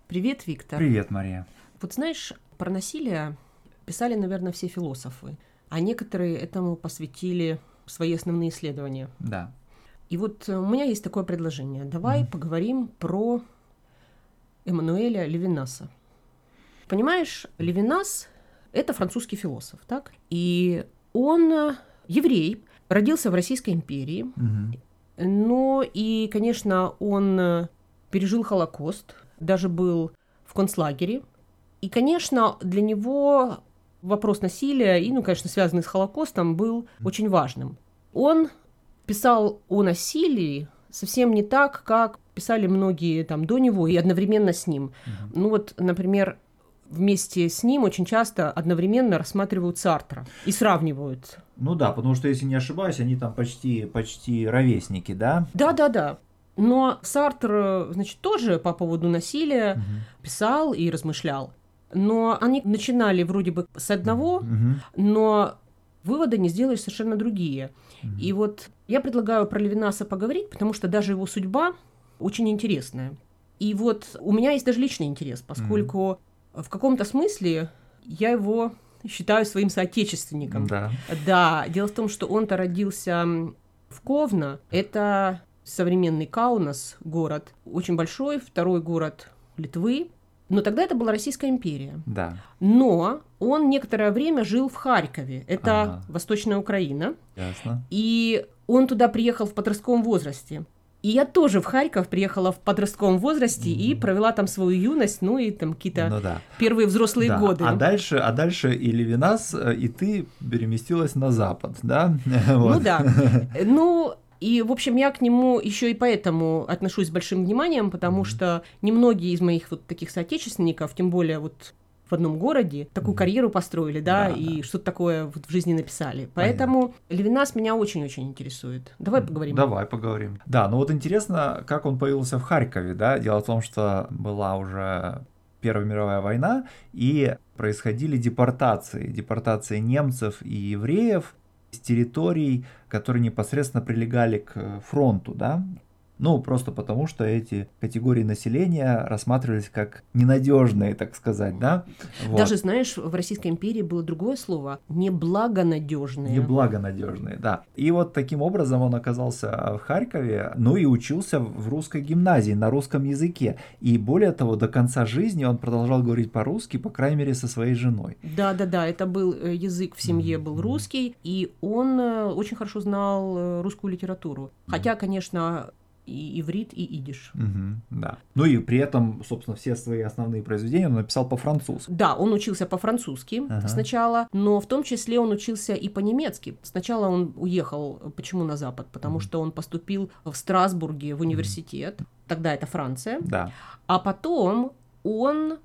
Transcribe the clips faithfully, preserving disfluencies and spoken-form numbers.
Привет, Виктор. Привет, Мария. Вот знаешь, про насилие писали, наверное, все философы, а некоторые этому посвятили свои основные исследования. Да. И вот у меня есть такое предложение. Давай Мгм. поговорим про Эммануэля Левинаса. Понимаешь, Левинас – это французский философ, так? И он еврей, родился в Российской империи, Мгм. но и, конечно, он пережил Холокост, даже был в концлагере. И, конечно, для него вопрос насилия, и, ну, конечно, связанный с Холокостом, был очень важным. Он писал о насилии совсем не так, как писали многие там до него и одновременно с ним. Мгм. Ну вот, например, вместе с ним очень часто одновременно рассматривают Сартра и сравнивают. Ну да, потому что, если не ошибаюсь, они там почти, почти ровесники, да? Да-да-да. Но Сартр, значит, тоже по поводу насилия Мгм. писал и размышлял. Но они начинали вроде бы с одного, Мгм. но выводы не сделаешь совершенно другие. Мгм. И вот я предлагаю про Левинаса поговорить, потому что даже его судьба очень интересная. И вот у меня есть даже личный интерес, поскольку в каком-то смысле я его считаю своим соотечественником. Да. Да, дело в том, что он-то родился в Ковно. Это современный Каунас, город, очень большой, второй город Литвы. Но тогда это была Российская империя. Да. Но он некоторое время жил в Харькове. Это Ага. Восточная Украина. Ясно. И он туда приехал в подростковом возрасте. И я тоже в Харьков приехала в подростковом возрасте и Мгм. провела там свою юность, ну и там какие-то Ну да. первые взрослые Да. годы. А дальше, а дальше и Левинас, э, и ты переместилась на запад, да? Ну Вот. да. Ну, и, в общем, я к нему еще и поэтому отношусь с большим вниманием, потому Мгм. что немногие из моих вот таких соотечественников, тем более вот в одном городе, такую Мгм. карьеру построили, да, Да, и да. что-то такое вот в жизни написали. Поэтому Левинас меня очень-очень интересует. Давай поговорим. Давай поговорим. Да, ну вот интересно, как он появился в Харькове, да? Дело в том, что была уже Первая мировая война, и происходили депортации, депортации немцев и евреев с территорий, которые непосредственно прилегали к фронту, да? Ну, просто потому, что эти категории населения рассматривались как ненадежные, так сказать, да? Вот. Даже, знаешь, в Российской империи было другое слово – неблагонадежные. Неблагонадежные, да. И вот таким образом он оказался в Харькове, ну и учился в русской гимназии на русском языке. И более того, до конца жизни он продолжал говорить по-русски, по крайней мере, со своей женой. Да-да-да, это был э, язык в семье, был русский, и он э, очень хорошо знал э, русскую литературу. Хотя, конечно, и иврит, и идиш. Мгм, да. Ну и при этом, собственно, все свои основные произведения он написал по-французски. Да, он учился по-французски Ага. сначала, но в том числе он учился и по-немецки. Сначала он уехал, почему на Запад? Потому Мгм. что он поступил в Страсбурге в университет, тогда это Франция, Да, а потом он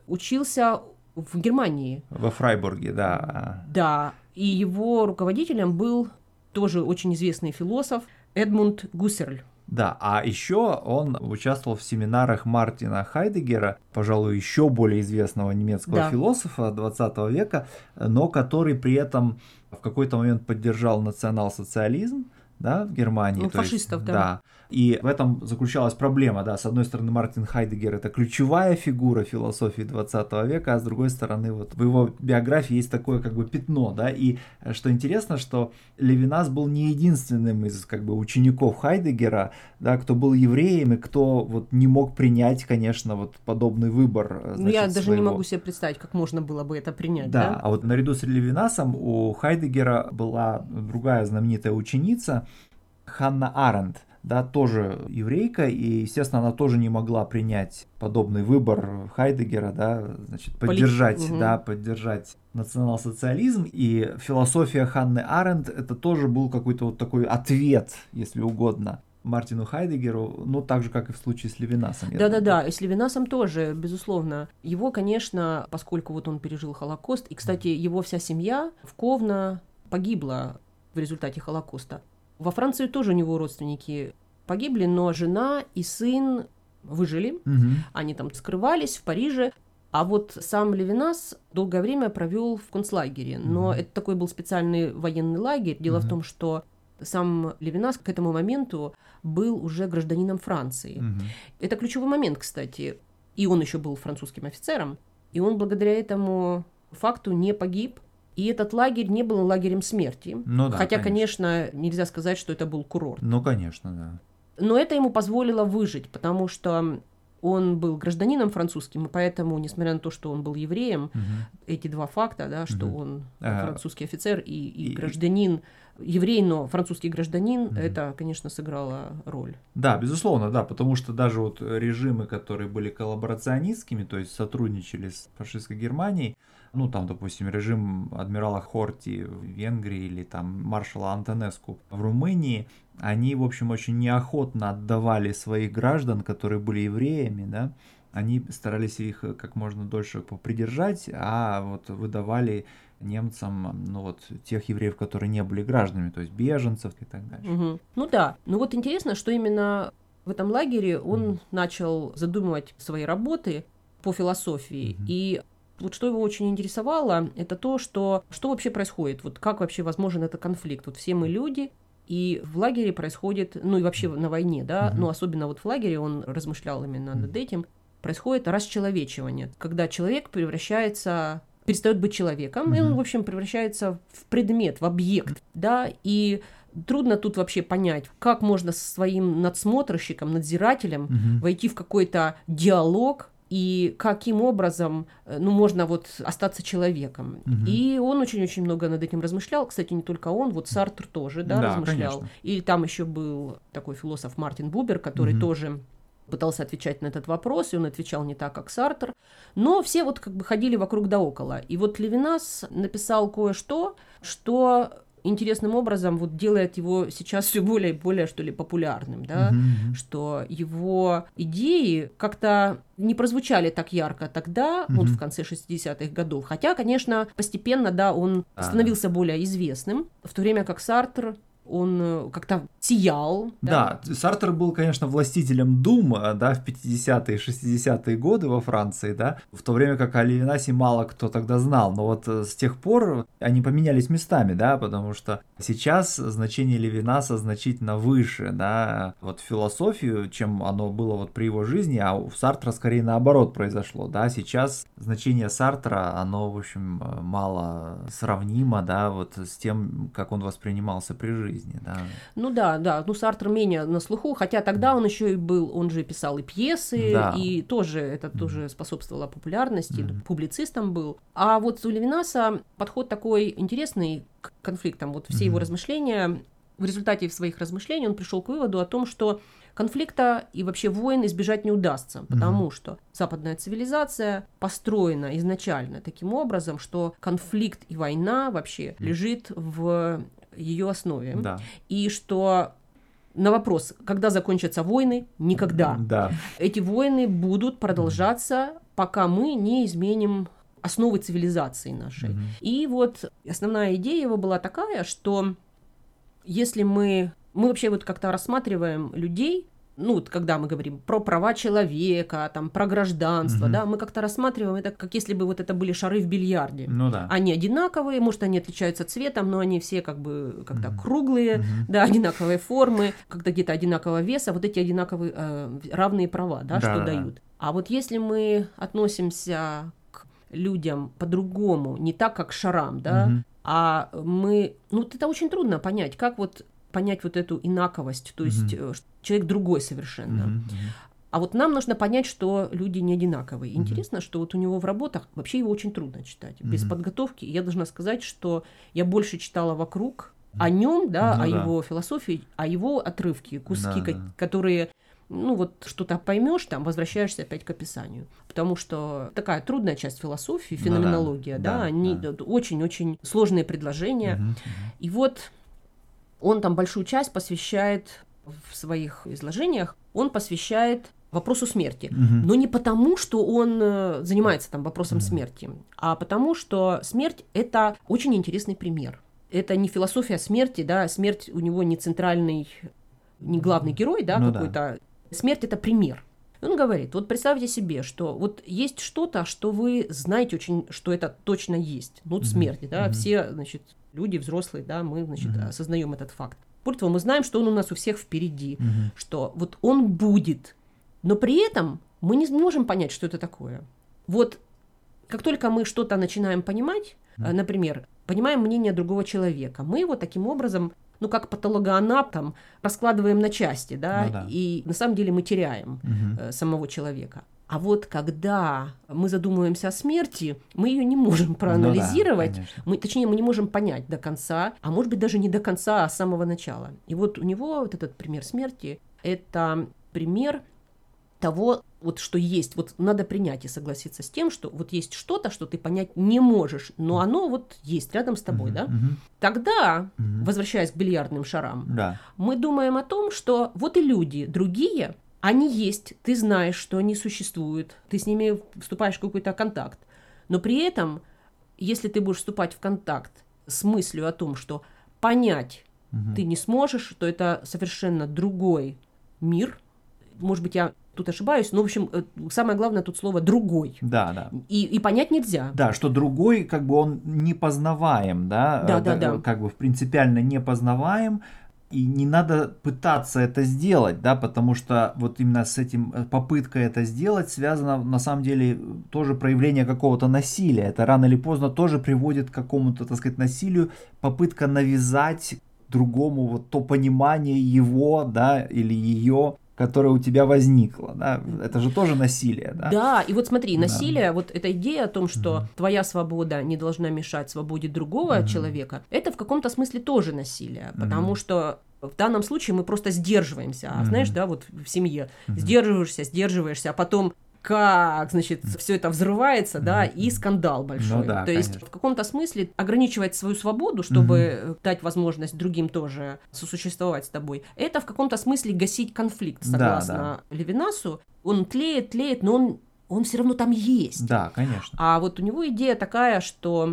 учился в Германии. во Фрайбурге, да. Да, и его руководителем был тоже очень известный философ Эдмунд Гуссерль. Да, а еще он участвовал в семинарах Мартина Хайдеггера, пожалуй, еще более известного немецкого Да. философа двадцатого века, но который при этом в какой-то момент поддержал национал-социализм, да, в Германии. Ну, то есть, фашистов, да. да. И в этом заключалась проблема, да, с одной стороны, Мартин Хайдеггер — это ключевая фигура философии двадцатого века, а с другой стороны, вот в его биографии есть такое как бы пятно, да, и э, что интересно, что Левинас был не единственным из как бы учеников Хайдеггера, да, кто был евреем и кто вот не мог принять, конечно, вот подобный выбор. Ну, Значит, я даже своего. не могу себе представить, как можно было бы это принять, Да, да? а вот наряду с Левинасом у Хайдеггера была другая знаменитая ученица Ханна Аренд, да, тоже еврейка, и, естественно, она тоже не могла принять подобный выбор Хайдеггера, да, значит, поддержать, Полит- да, мгм. поддержать национал-социализм, и философия Ханны Аренд это тоже был какой-то вот такой ответ, если угодно, Мартину Хайдеггеру, ну, так же, как и в случае с Левинасом. я Да-да-да, и с Левинасом тоже, безусловно. Его, конечно, поскольку вот он пережил Холокост, и, кстати, его вся семья в Ковно погибла в результате Холокоста. Во Франции тоже у него родственники погибли, но жена и сын выжили. Мгм. Они там скрывались в Париже. А вот сам Левинас долгое время провел в концлагере. Но Мгм. это такой был специальный военный лагерь. Дело Мгм. в том, что сам Левинас к этому моменту был уже гражданином Франции. Мгм. Это ключевой момент, кстати. и он еще был французским офицером, и он благодаря этому факту не погиб, и этот лагерь не был лагерем смерти. Ну, да, хотя, конечно. конечно, нельзя сказать, что это был курорт. Ну, конечно, да. Но это ему позволило выжить, потому что он был гражданином французским, и поэтому, несмотря на то, что он был евреем, угу. эти два факта, да, что угу. он французский офицер и, и, и гражданин, еврей, но французский гражданин, угу. это, конечно, сыграло роль. Да, безусловно, да, потому что даже вот режимы, которые были коллаборационистскими, то есть сотрудничали с фашистской Германией, ну, там, допустим, режим адмирала Хорти в Венгрии или там маршала Антонеску в Румынии, они, в общем, очень неохотно отдавали своих граждан, которые были евреями, да, они старались их как можно дольше попридержать, а вот выдавали немцам, ну, вот, тех евреев, которые не были гражданами, то есть беженцев и так далее. Угу. Ну да, ну вот интересно, что именно в этом лагере он угу. начал задумывать свои работы по философии, угу. и вот что его очень интересовало, это то, что, что вообще происходит, вот как вообще возможен этот конфликт. Вот все мы люди, и в лагере происходит, ну и вообще на войне, да, mm-hmm. но особенно вот в лагере он размышлял именно mm-hmm. над этим, происходит расчеловечивание, когда человек превращается, перестает быть человеком, mm-hmm. и он, в общем, превращается в предмет, в объект, да, и трудно тут вообще понять, как можно со своим надсмотрщиком, надзирателем mm-hmm. войти в какой-то диалог, и каким образом, ну, можно вот остаться человеком. Угу. И он очень-очень много над этим размышлял. Кстати, не только он, вот Сартр тоже, да, да, размышлял. Конечно. И там еще был такой философ Мартин Бубер, который угу. тоже пытался отвечать на этот вопрос, и он отвечал не так, как Сартр. Но все вот как бы ходили вокруг да около. И вот Левинас написал кое-что, что интересным образом вот делает его сейчас все более и более, что ли, популярным, да, mm-hmm. что его идеи как-то не прозвучали так ярко тогда, mm-hmm. вот в конце шестидесятых годов, хотя, конечно, постепенно, да, он ah. становился более известным, в то время как Сартр, он как-то сиял. Да, да, Сартр был, конечно, властителем дум, да, в пятидесятые, шестидесятые годы во Франции, да, в то время как о Левинасе мало кто тогда знал, но вот с тех пор они поменялись местами, да, потому что сейчас значение Левинаса значительно выше, да, вот философию, чем оно было вот при его жизни, а у Сартра скорее наоборот произошло, да, сейчас значение Сартра, оно, в общем, мало сравнимо, да, вот с тем, как он воспринимался при жизни. Да. Ну да, да, ну Сартр менее на слуху, хотя тогда он еще и был, он же писал и пьесы, да. и тоже это mm-hmm. тоже способствовало популярности, mm-hmm. публицистом был. А вот у Левинаса подход такой интересный к конфликтам, вот все mm-hmm. его размышления, в результате своих размышлений он пришел к выводу о том, что конфликта и вообще войн избежать не удастся, потому mm-hmm. что западная цивилизация построена изначально таким образом, что конфликт и война вообще mm-hmm. лежит в ее основе. Да. И что на вопрос, когда закончатся войны, никогда. Да. Эти войны будут продолжаться, пока мы не изменим основы цивилизации нашей. Mm-hmm. И вот основная идея его была такая, что если мы, мы вообще вот как-то рассматриваем людей, ну, вот когда мы говорим про права человека, там, про гражданство, угу. да, мы как-то рассматриваем это, как если бы вот это были шары в бильярде. Ну, да. Они одинаковые, может, они отличаются цветом, но они все как бы как-то угу. круглые, угу. да, одинаковой формы, как-то где-то одинакового веса, вот эти одинаковые, э, равные права, да, да, что да. дают. А вот если мы относимся к людям по-другому, не так, как к шарам, да, угу. а мы, ну, это очень трудно понять, как вот понять вот эту инаковость, то есть mm-hmm. человек другой совершенно. Mm-hmm. А вот нам нужно понять, что люди не одинаковые. Mm-hmm. Интересно, что вот у него в работах вообще его очень трудно читать. Mm-hmm. Без подготовки я должна сказать, что я больше читала вокруг о нем, да, ну, о да. его философии, о его отрывки, куски, да, да. которые, ну вот что-то поймешь, там возвращаешься опять к описанию. Потому что такая трудная часть философии, феноменология, да, да, да, они да. очень-очень сложные предложения. Mm-hmm. И вот он там большую часть посвящает в своих изложениях, он посвящает вопросу смерти. Uh-huh. Но не потому, что он занимается там вопросом uh-huh. смерти, а потому, что смерть – это очень интересный пример. Это не философия смерти, да, смерть у него не центральный, не главный герой, да, ну какой-то. Да. Смерть – это пример. Он говорит, вот представьте себе, что вот есть что-то, что вы знаете очень, что это точно есть. Ну, вот uh-huh. смерть, да, uh-huh. все, значит, люди взрослые, да, мы, значит, uh-huh. осознаем этот факт. Более того, мы знаем, что он у нас у всех впереди, uh-huh. что вот он будет, но при этом мы не можем понять, что это такое. Вот как только мы что-то начинаем понимать, mm. например, понимаем мнение другого человека, мы его таким образом, ну, как патологоанатом, раскладываем на части, да, ну, да. и на самом деле мы теряем mm-hmm. э, самого человека. А вот когда мы задумываемся о смерти, мы ее не можем проанализировать, ну да, мы, точнее, мы не можем понять до конца, а может быть даже не до конца, а с самого начала. И вот у него вот этот пример смерти – это пример того, вот что есть. Вот надо принять и согласиться с тем, что вот есть что-то, что ты понять не можешь, но оно вот есть рядом с тобой, uh-huh, да? Uh-huh. Тогда, uh-huh. возвращаясь к бильярдным шарам, да. мы думаем о том, что вот и люди другие, они есть, ты знаешь, что они существуют, ты с ними вступаешь в какой-то контакт. Но при этом, если ты будешь вступать в контакт с мыслью о том, что понять угу. ты не сможешь, то это совершенно другой мир. Может быть, я тут ошибаюсь, но, в общем, самое главное тут слово «другой». Да, да. И, и понять нельзя. Да, что другой, как бы он непознаваем, да? Да, да, да. Как бы принципиально непознаваем. И не надо пытаться это сделать, да, потому что вот именно с этим попыткой это сделать связано на самом деле тоже проявление какого-то насилия. Это рано или поздно тоже приводит к какому-то, так сказать, насилию, попытка навязать другому вот то понимание его, да, или ее, которое у тебя возникло, да, это же тоже насилие, да? Да, и вот смотри, насилие, да. вот эта идея о том, что угу. твоя свобода не должна мешать свободе другого угу. человека, это в каком-то смысле тоже насилие, угу. потому что в данном случае мы просто сдерживаемся, а, угу. знаешь, да, вот в семье угу. сдерживаешься, сдерживаешься, а потом как, значит, все это взрывается, mm-hmm. да, и скандал большой. Ну, да, То есть конечно. в каком-то смысле ограничивать свою свободу, чтобы mm-hmm. дать возможность другим тоже сосуществовать с тобой, это в каком-то смысле гасить конфликт, согласно да, да. Левинасу. Он тлеет, тлеет, но он, он все равно там есть. Да, конечно. А вот у него идея такая, что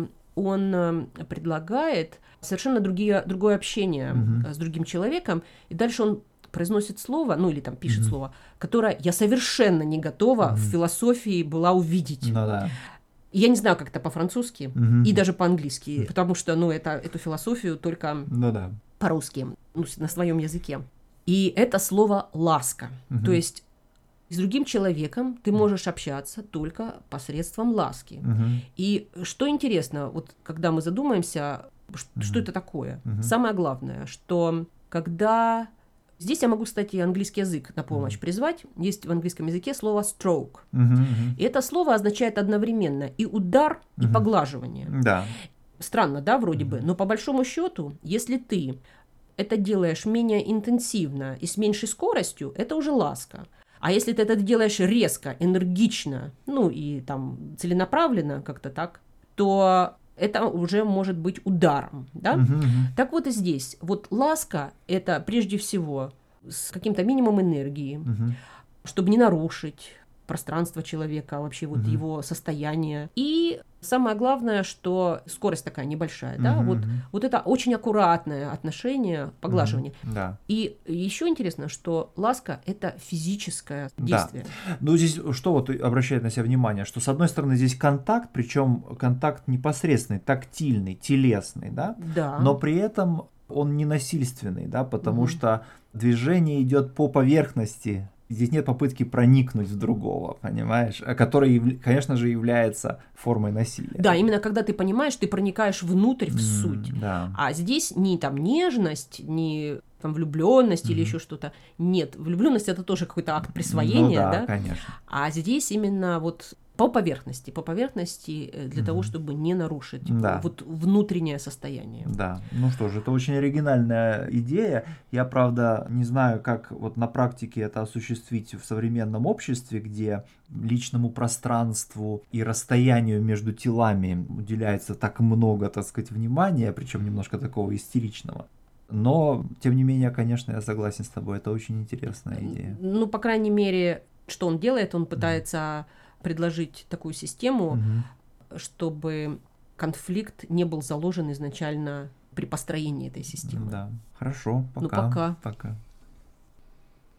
он предлагает совершенно другие, другое общение mm-hmm. с другим человеком, и дальше он произносит слово, ну или там пишет mm-hmm. слово, которое я совершенно не готова mm-hmm. в философии была увидеть. Ну, да. Я не знаю, как это по-французски mm-hmm. и даже по-английски, mm-hmm. потому что, ну, это, эту философию только ну, да. по-русски, ну, на своем языке. И это слово «ласка». Mm-hmm. То есть с другим человеком ты можешь общаться только посредством ласки. Mm-hmm. И что интересно, вот когда мы задумаемся, что, mm-hmm. что это такое, mm-hmm. самое главное, что когда... Здесь я могу, кстати, английский язык на помощь mm-hmm. призвать. Есть в английском языке слово stroke. Mm-hmm. И это слово означает одновременно и удар, mm-hmm. и поглаживание. Да. Странно, да, вроде mm-hmm. бы, но по большому счету, если ты это делаешь менее интенсивно и с меньшей скоростью, это уже ласка. А если ты это делаешь резко, энергично, ну и там целенаправленно, как-то так, то это уже может быть ударом, да? Uh-huh. Так вот и здесь. Вот ласка – это прежде всего с каким-то минимумом энергии, uh-huh. чтобы не нарушить пространство человека, вообще вот uh-huh. его состояние. И самое главное, что скорость такая небольшая, uh-huh. да? Вот, вот это очень аккуратное отношение, поглаживание. Uh-huh. Да. И еще интересно, что ласка – это физическое действие. Да. Ну здесь что вот обращает на себя внимание, что с одной стороны здесь контакт, причем контакт непосредственный, тактильный, телесный, да? Да. Но при этом он не насильственный, да, потому uh-huh. что движение идет по поверхности. Здесь нет попытки проникнуть в другого, понимаешь? Который, конечно же, является формой насилия. Да, именно когда ты понимаешь, ты проникаешь внутрь в mm, суть. Да. А здесь ни там нежность, ни там влюбленность mm-hmm. или еще что-то. Нет, влюбленность это тоже какой-то акт присвоения, ну, да, да? Конечно. А здесь именно вот по поверхности, по поверхности для mm-hmm. того, чтобы не нарушить да. вот внутреннее состояние. Да, ну что ж, это очень оригинальная идея. Я, правда, не знаю, как вот на практике это осуществить в современном обществе, где личному пространству и расстоянию между телами уделяется так много, так сказать, внимания, причем немножко такого истеричного. Но, тем не менее, конечно, я согласен с тобой, это очень интересная идея. Ну, по крайней мере, что он делает, он пытается... Mm-hmm. предложить такую систему, угу. чтобы конфликт не был заложен изначально при построении этой системы. Да, хорошо, пока. Ну, пока. Пока.